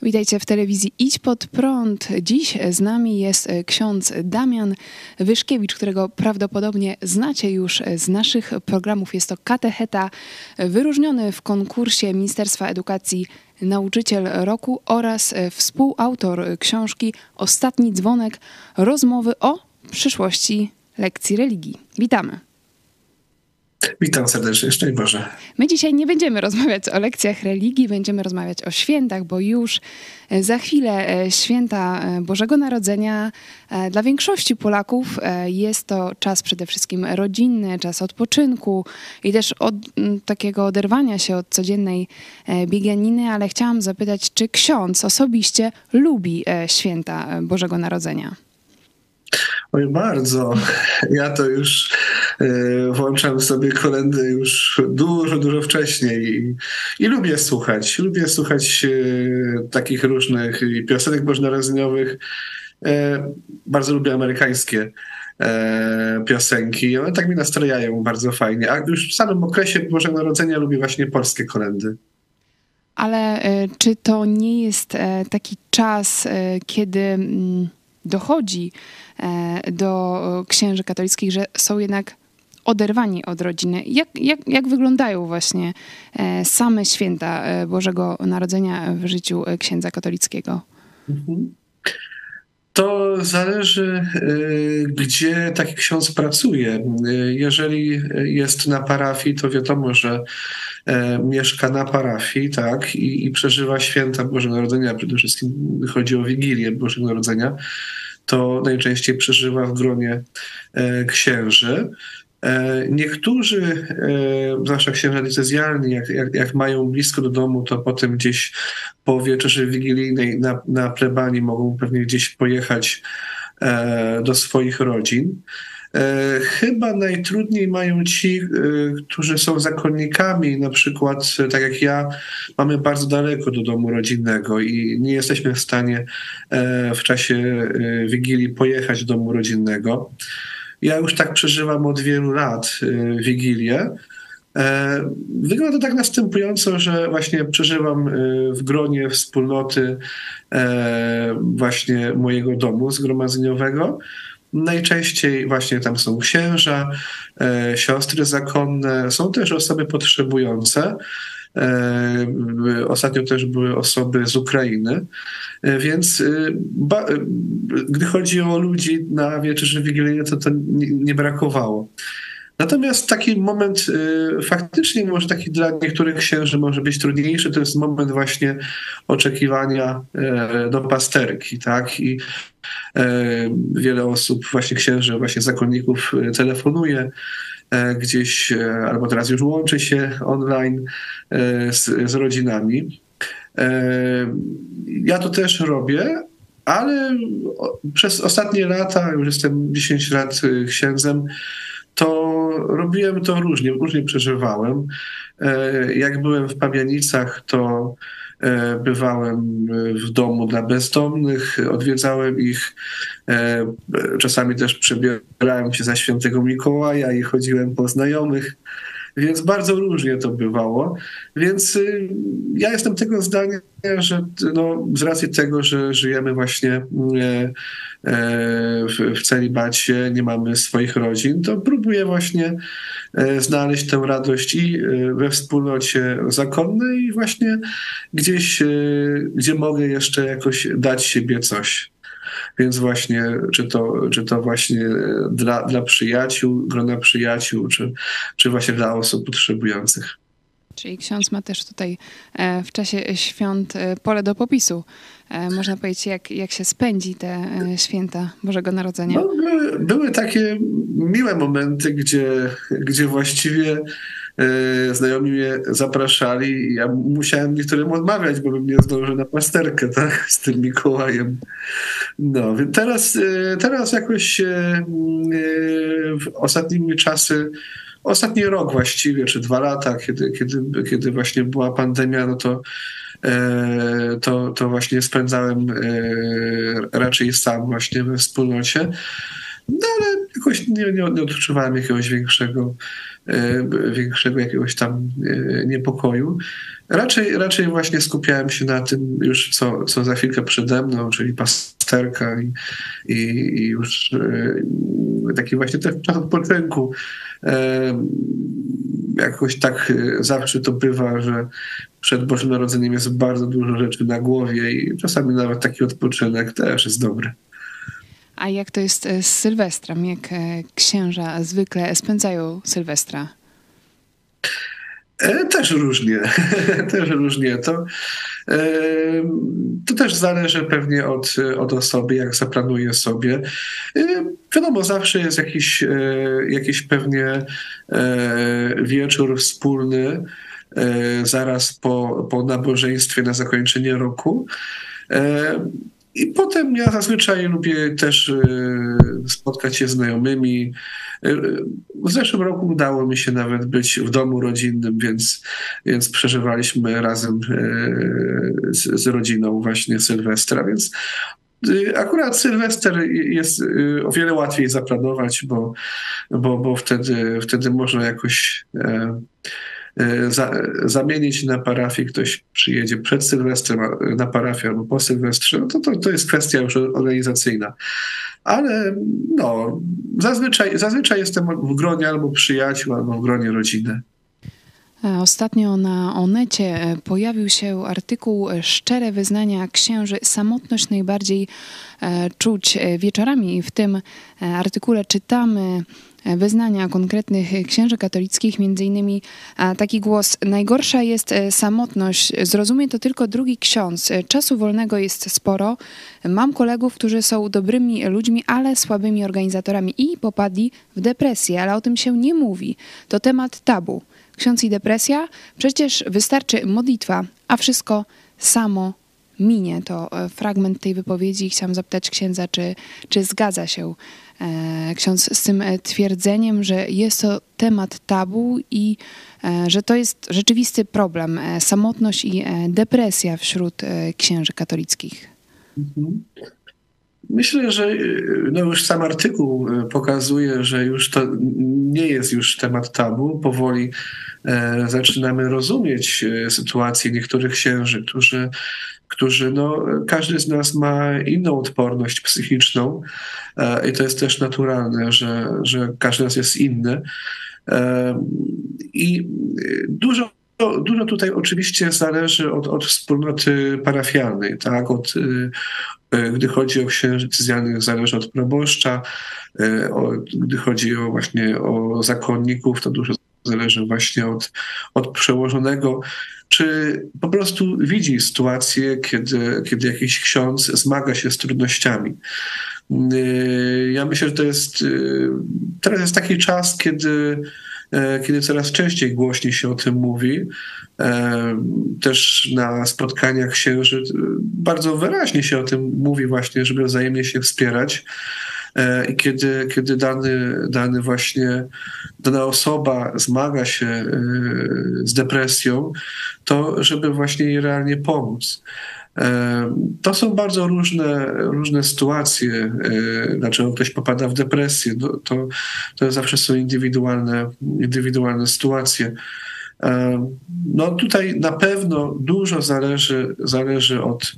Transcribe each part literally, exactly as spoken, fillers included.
Witajcie w telewizji Idź Pod Prąd. Dziś z nami jest ksiądz Damian Wyszkiewicz, którego prawdopodobnie znacie już z naszych programów. Jest to katecheta wyróżniony w konkursie Ministerstwa Edukacji Nauczyciel Roku oraz współautor książki Ostatni dzwonek. Rozmowy o przyszłości lekcji religii. Witamy. Witam serdecznie, szczęść Boże. My dzisiaj nie będziemy rozmawiać o lekcjach religii, będziemy rozmawiać o świętach, bo już za chwilę święta Bożego Narodzenia. Dla większości Polaków jest to czas przede wszystkim rodzinny, czas odpoczynku i też od takiego oderwania się od codziennej bieganiny, ale chciałam zapytać, czy ksiądz osobiście lubi święta Bożego Narodzenia? Oj, bardzo. Ja to już y, włączam sobie kolędy już dużo, dużo wcześniej i, i lubię słuchać. Lubię słuchać y, takich różnych piosenek bożonarodzeniowych. Y, bardzo lubię amerykańskie y, piosenki. One tak mi nastrajają bardzo fajnie. A już w samym okresie Bożego Narodzenia lubię właśnie polskie kolędy. Ale y, czy to nie jest y, taki czas, y, kiedy y, dochodzi do księży katolickich, że są jednak oderwani od rodziny? Jak, jak, jak wyglądają właśnie same święta Bożego Narodzenia w życiu księdza katolickiego? To zależy, gdzie taki ksiądz pracuje. Jeżeli jest na parafii, to wiadomo, że mieszka na parafii, tak, i, i przeżywa święta Bożego Narodzenia. Przede wszystkim chodzi o Wigilię Bożego Narodzenia. To najczęściej przeżywa w gronie e, księży. E, niektórzy, e, zwłaszcza księża diecezjalni, jak, jak, jak mają blisko do domu, to potem gdzieś po wieczerzy wigilijnej na, na plebanii mogą pewnie gdzieś pojechać e, do swoich rodzin. E, chyba najtrudniej mają ci, e, którzy są zakonnikami, na przykład tak jak ja, mamy bardzo daleko do domu rodzinnego i nie jesteśmy w stanie e, w czasie e, Wigilii pojechać do domu rodzinnego. Ja już tak przeżywam od wielu lat e, Wigilię. E, wygląda to tak następująco, że właśnie przeżywam e, w gronie wspólnoty e, właśnie mojego domu zgromadzeniowego. Najczęściej właśnie tam są księża, e, siostry zakonne, są też osoby potrzebujące. E, ostatnio też były osoby z Ukrainy, e, więc e, ba, e, gdy chodzi o ludzi na wieczerzy wigilijnej, to to nie, nie brakowało. Natomiast taki moment y, faktycznie może taki dla niektórych księży może być trudniejszy, to jest moment właśnie oczekiwania y, do pasterki, tak? I y, wiele osób, właśnie księży, właśnie zakonników y, telefonuje y, gdzieś, y, albo teraz już łączy się online y, z, z rodzinami. Y, ja to też robię, ale przez ostatnie lata, już jestem dziesięć lat księdzem, to robiłem to różnie, różnie przeżywałem. Jak byłem w Pabianicach, to bywałem w domu dla bezdomnych, odwiedzałem ich. Czasami też przebierałem się za świętego Mikołaja i chodziłem po znajomych. Więc bardzo różnie to bywało. Więc ja jestem tego zdania, że no, z racji tego, że żyjemy właśnie w, w celibacie, nie mamy swoich rodzin, to próbuję właśnie znaleźć tę radość i we wspólnocie zakonnej i właśnie gdzieś, gdzie mogę jeszcze jakoś dać siebie coś. Więc właśnie, czy to, czy to właśnie dla, dla przyjaciół, grona przyjaciół, czy, czy właśnie dla osób potrzebujących. Czyli ksiądz ma też tutaj w czasie świąt pole do popisu. Można powiedzieć, jak, jak się spędzi te święta Bożego Narodzenia. No, były, były takie miłe momenty, gdzie, gdzie właściwie e, znajomi mnie zapraszali i ja musiałem niektórym odmawiać, bo bym nie zdążył na pasterkę, tak, z tym Mikołajem. No, więc teraz, e, teraz jakoś e, e, w ostatnimi czasy, ostatni rok właściwie, czy dwa lata, kiedy, kiedy, kiedy właśnie była pandemia, no to To, to właśnie spędzałem raczej sam właśnie we wspólnocie. No ale jakoś nie, nie, nie odczuwałem jakiegoś większego, e, większego jakiegoś tam e, niepokoju. Raczej, raczej właśnie skupiałem się na tym już, co, co za chwilkę przede mną, czyli pasterka i, i, i już e, taki właśnie ten czas odpoczynku. E, jakoś tak e, zawsze to bywa, że przed Bożym Narodzeniem jest bardzo dużo rzeczy na głowie i czasami nawet taki odpoczynek też jest dobry. A jak to jest e, z Sylwestrem? Jak e, księża zwykle spędzają Sylwestra? E, Też różnie, też różnie. To, e, to też zależy pewnie od, od osoby, jak zaplanuje sobie. E, Wiadomo, zawsze jest jakiś, e, jakiś pewnie e, wieczór wspólny, e, zaraz po, po nabożeństwie na zakończenie roku. E, I potem ja zazwyczaj lubię też e, spotkać się z znajomymi. E, W zeszłym roku udało mi się nawet być w domu rodzinnym, więc, więc przeżywaliśmy razem e, z, z rodziną właśnie Sylwestra, więc e, akurat Sylwester jest e, o wiele łatwiej zaplanować, bo, bo, bo wtedy, wtedy można jakoś e, e, za, zamienić na parafii. Ktoś przyjedzie przed Sylwestrem a- na parafię albo po Sylwestrze, no to, to, to jest kwestia już organizacyjna. Ale no, zazwyczaj, zazwyczaj jestem w gronie albo przyjaciół, albo w gronie rodziny. E, Ostatnio na Onecie e, pojawił się artykuł e, Szczere wyznania księży. Samotność najbardziej e, czuć e, wieczorami. W tym e, artykule czytamy e, wyznania konkretnych e, księży katolickich, między innymi e, taki głos: najgorsza jest e, samotność, zrozumie to tylko drugi ksiądz. E, Czasu wolnego jest sporo. Mam kolegów, którzy są dobrymi ludźmi, ale słabymi organizatorami i popadli w depresję, ale o tym się nie mówi. To temat tabu. Ksiądz i depresja? Przecież wystarczy modlitwa, a wszystko samo minie. To e, fragment tej wypowiedzi. Chciałam zapytać księdza, czy, czy zgadza się e, ksiądz z tym e, twierdzeniem, że jest to temat tabu i e, że to jest rzeczywisty problem, e, samotność i e, depresja wśród e, księży katolickich. Mhm. Myślę, że y, no już sam artykuł y, pokazuje, że już to nie jest już temat tabu. Powoli e, zaczynamy rozumieć e, sytuację niektórych księży, którzy, którzy no, każdy z nas ma inną odporność psychiczną e, i to jest też naturalne, że, że każdy z nas jest inny. E, I dużo Dużo tutaj oczywiście zależy od, od wspólnoty parafialnej, tak? Od, y, y, gdy chodzi o księży decyzjalnych, zależy od proboszcza, y, o, gdy chodzi o właśnie o zakonników, to dużo zależy właśnie od, od przełożonego, czy po prostu widzi sytuację, kiedy, kiedy jakiś ksiądz zmaga się z trudnościami. Y, Ja myślę, że to jest, y, teraz jest taki czas, kiedy e, kiedy coraz częściej głośniej się o tym mówi. E, Też na spotkaniach księży e, bardzo wyraźnie się o tym mówi właśnie, żeby wzajemnie się wspierać. E, I kiedy, kiedy dany, dany właśnie, dana osoba zmaga się e, z depresją, to żeby właśnie jej realnie pomóc. E, To są bardzo różne, różne sytuacje, e, dlaczego ktoś popada w depresję. To, to, to zawsze są indywidualne, indywidualne sytuacje. E, No tutaj na pewno dużo zależy, zależy od,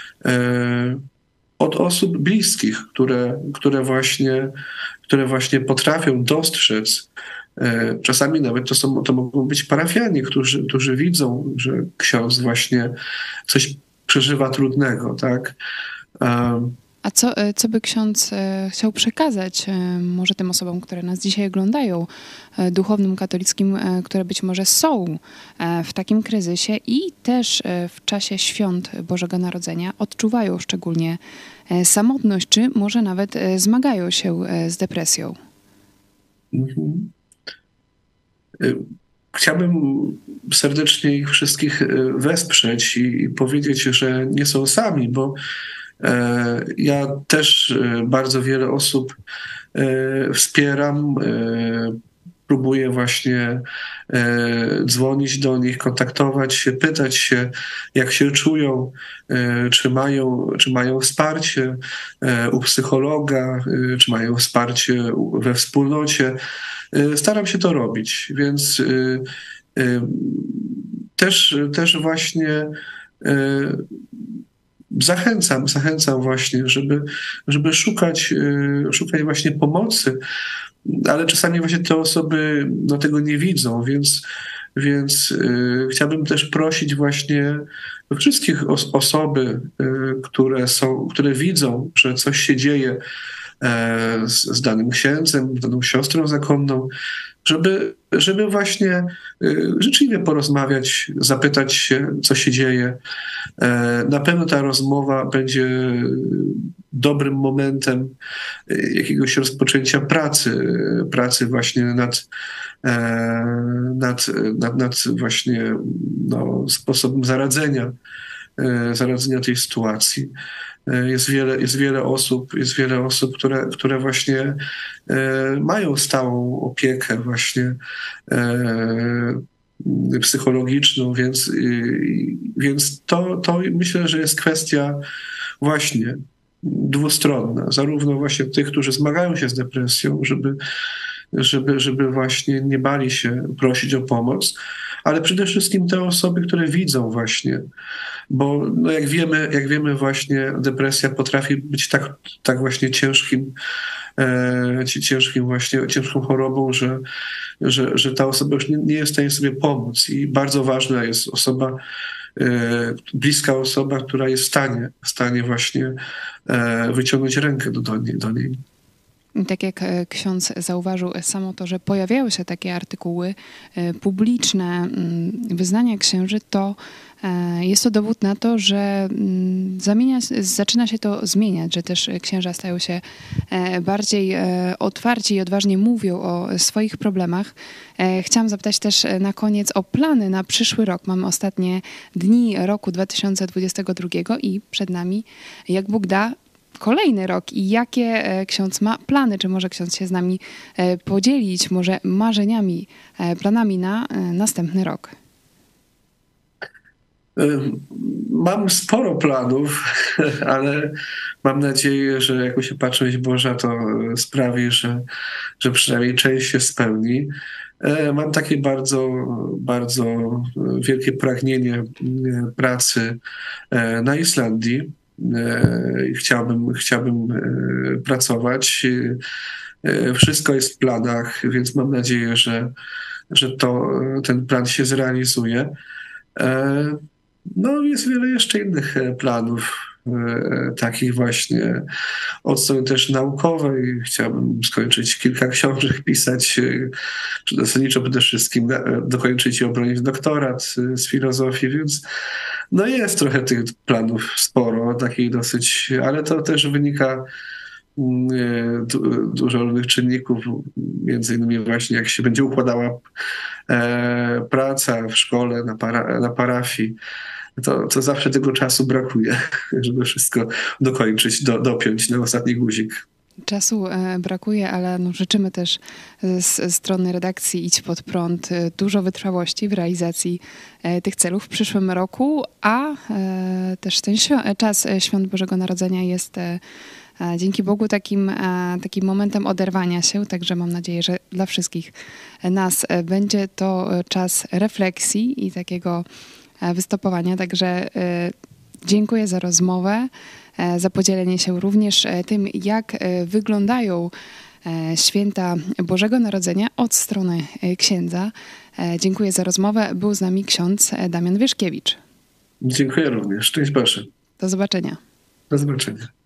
e, od osób bliskich, które, które właśnie, które właśnie potrafią dostrzec. e, Czasami nawet to są, to mogą być parafianie, którzy, którzy widzą, że ksiądz właśnie coś przeżywa trudnego, tak? Um, A co, e, co by ksiądz e, chciał przekazać e, może tym osobom, które nas dzisiaj oglądają, e, duchownym katolickim, e, które być może są e, w takim kryzysie i też e, w czasie świąt Bożego Narodzenia odczuwają szczególnie e, samotność, czy może nawet e, zmagają się e, z depresją? mhm. Y, Chciałbym serdecznie ich wszystkich y, wesprzeć i, i powiedzieć, że nie są sami, bo e, ja też e, bardzo wiele osób e, wspieram, e, próbuję właśnie e, dzwonić do nich, kontaktować się, pytać się, jak się czują, e, czy mają, czy mają wsparcie e, u psychologa, e, czy mają wsparcie u- we wspólnocie. E, staram się to robić, więc e, e, też, też właśnie e, zachęcam, zachęcam właśnie, żeby, żeby szukać, e, szukać właśnie pomocy, ale czasami właśnie te osoby no, tego nie widzą, więc, więc y, chciałbym też prosić właśnie wszystkich os osoby, y, które są, które widzą, że coś się dzieje e, z, z danym księdzem, z daną siostrą zakonną, żeby, żeby właśnie y, życzliwie porozmawiać, zapytać się, co się dzieje. E, Na pewno ta rozmowa będzie dobrym momentem y, jakiegoś rozpoczęcia pracy, y, pracy właśnie nad, e, nad, nad, nad właśnie no, sposobem zaradzenia, e, zaradzenia tej sytuacji. E, Jest wiele, jest wiele osób, jest wiele osób, które, które właśnie e, mają stałą opiekę właśnie e, psychologiczną, więc, y, więc to, to myślę, że jest kwestia właśnie dwustronna, zarówno właśnie tych, którzy zmagają się z depresją, żeby, żeby, żeby właśnie nie bali się prosić o pomoc, ale przede wszystkim te osoby, które widzą właśnie, bo no jak wiemy, jak wiemy właśnie depresja potrafi być tak, tak właśnie ciężkim, e, ci- ciężkim właśnie, ciężką chorobą, że, że, że ta osoba już nie, nie jest w stanie sobie pomóc i bardzo ważna jest osoba, e, bliska osoba, która jest w stanie, w stanie właśnie e, wyciągnąć rękę do, do niej. Do niej. I tak jak e, ksiądz zauważył, e, samo to, że pojawiają się takie artykuły e, publiczne, mm, wyznania księży, to e, jest to dowód na to, że mm, zamienia, zaczyna się to zmieniać, że też księża stają się e, bardziej e, otwarci i odważnie mówią o swoich problemach. E, Chciałam zapytać też e, na koniec o plany na przyszły rok. Mamy ostatnie dni roku dwa tysiące dwudziestego drugiego i przed nami, jak Bóg da, kolejny rok i jakie e, ksiądz ma plany? Czy może ksiądz się z nami e, podzielić, może marzeniami, e, planami na e, następny rok? Mam sporo planów, ale mam nadzieję, że jakoś opatrzność Boża to sprawi, że, że przynajmniej część się spełni. E, Mam takie bardzo, bardzo wielkie pragnienie e, pracy e, na Islandii. E, i Chciałbym, chciałbym e, pracować. E, Wszystko jest w planach, więc mam nadzieję, że, że to, ten plan się zrealizuje. E, No, jest wiele jeszcze innych e, planów, e, takich właśnie od strony też naukowej. Chciałbym skończyć kilka książek, pisać, e, zasadniczo przede wszystkim na- e, dokończyć i obronić doktorat e, z filozofii, więc no jest trochę tych planów sporo, takich dosyć, ale to też wynika mm, e, du- dużo różnych czynników, między innymi właśnie jak się będzie układała e, praca w szkole, na, para, na parafii, to, to zawsze tego czasu brakuje, żeby wszystko dokończyć, do, dopiąć na ostatni guzik. Czasu e, brakuje, ale no, życzymy też e, z strony redakcji Idź Pod Prąd e, dużo wytrwałości w realizacji e, tych celów w przyszłym roku, a e, też ten świ- czas e, Świąt Bożego Narodzenia jest e, e, dzięki Bogu takim, e, takim momentem oderwania się, także mam nadzieję, że dla wszystkich nas e, będzie to e, czas refleksji i takiego e, wystopowania, także e, dziękuję za rozmowę, e, za podzielenie się również e, tym, jak e, wyglądają e, święta Bożego Narodzenia od strony e, księdza. E, Dziękuję za rozmowę. Był z nami ksiądz e, Damian Wieszkiewicz. Dziękuję również. Szczęść Boże. Do zobaczenia. Do zobaczenia.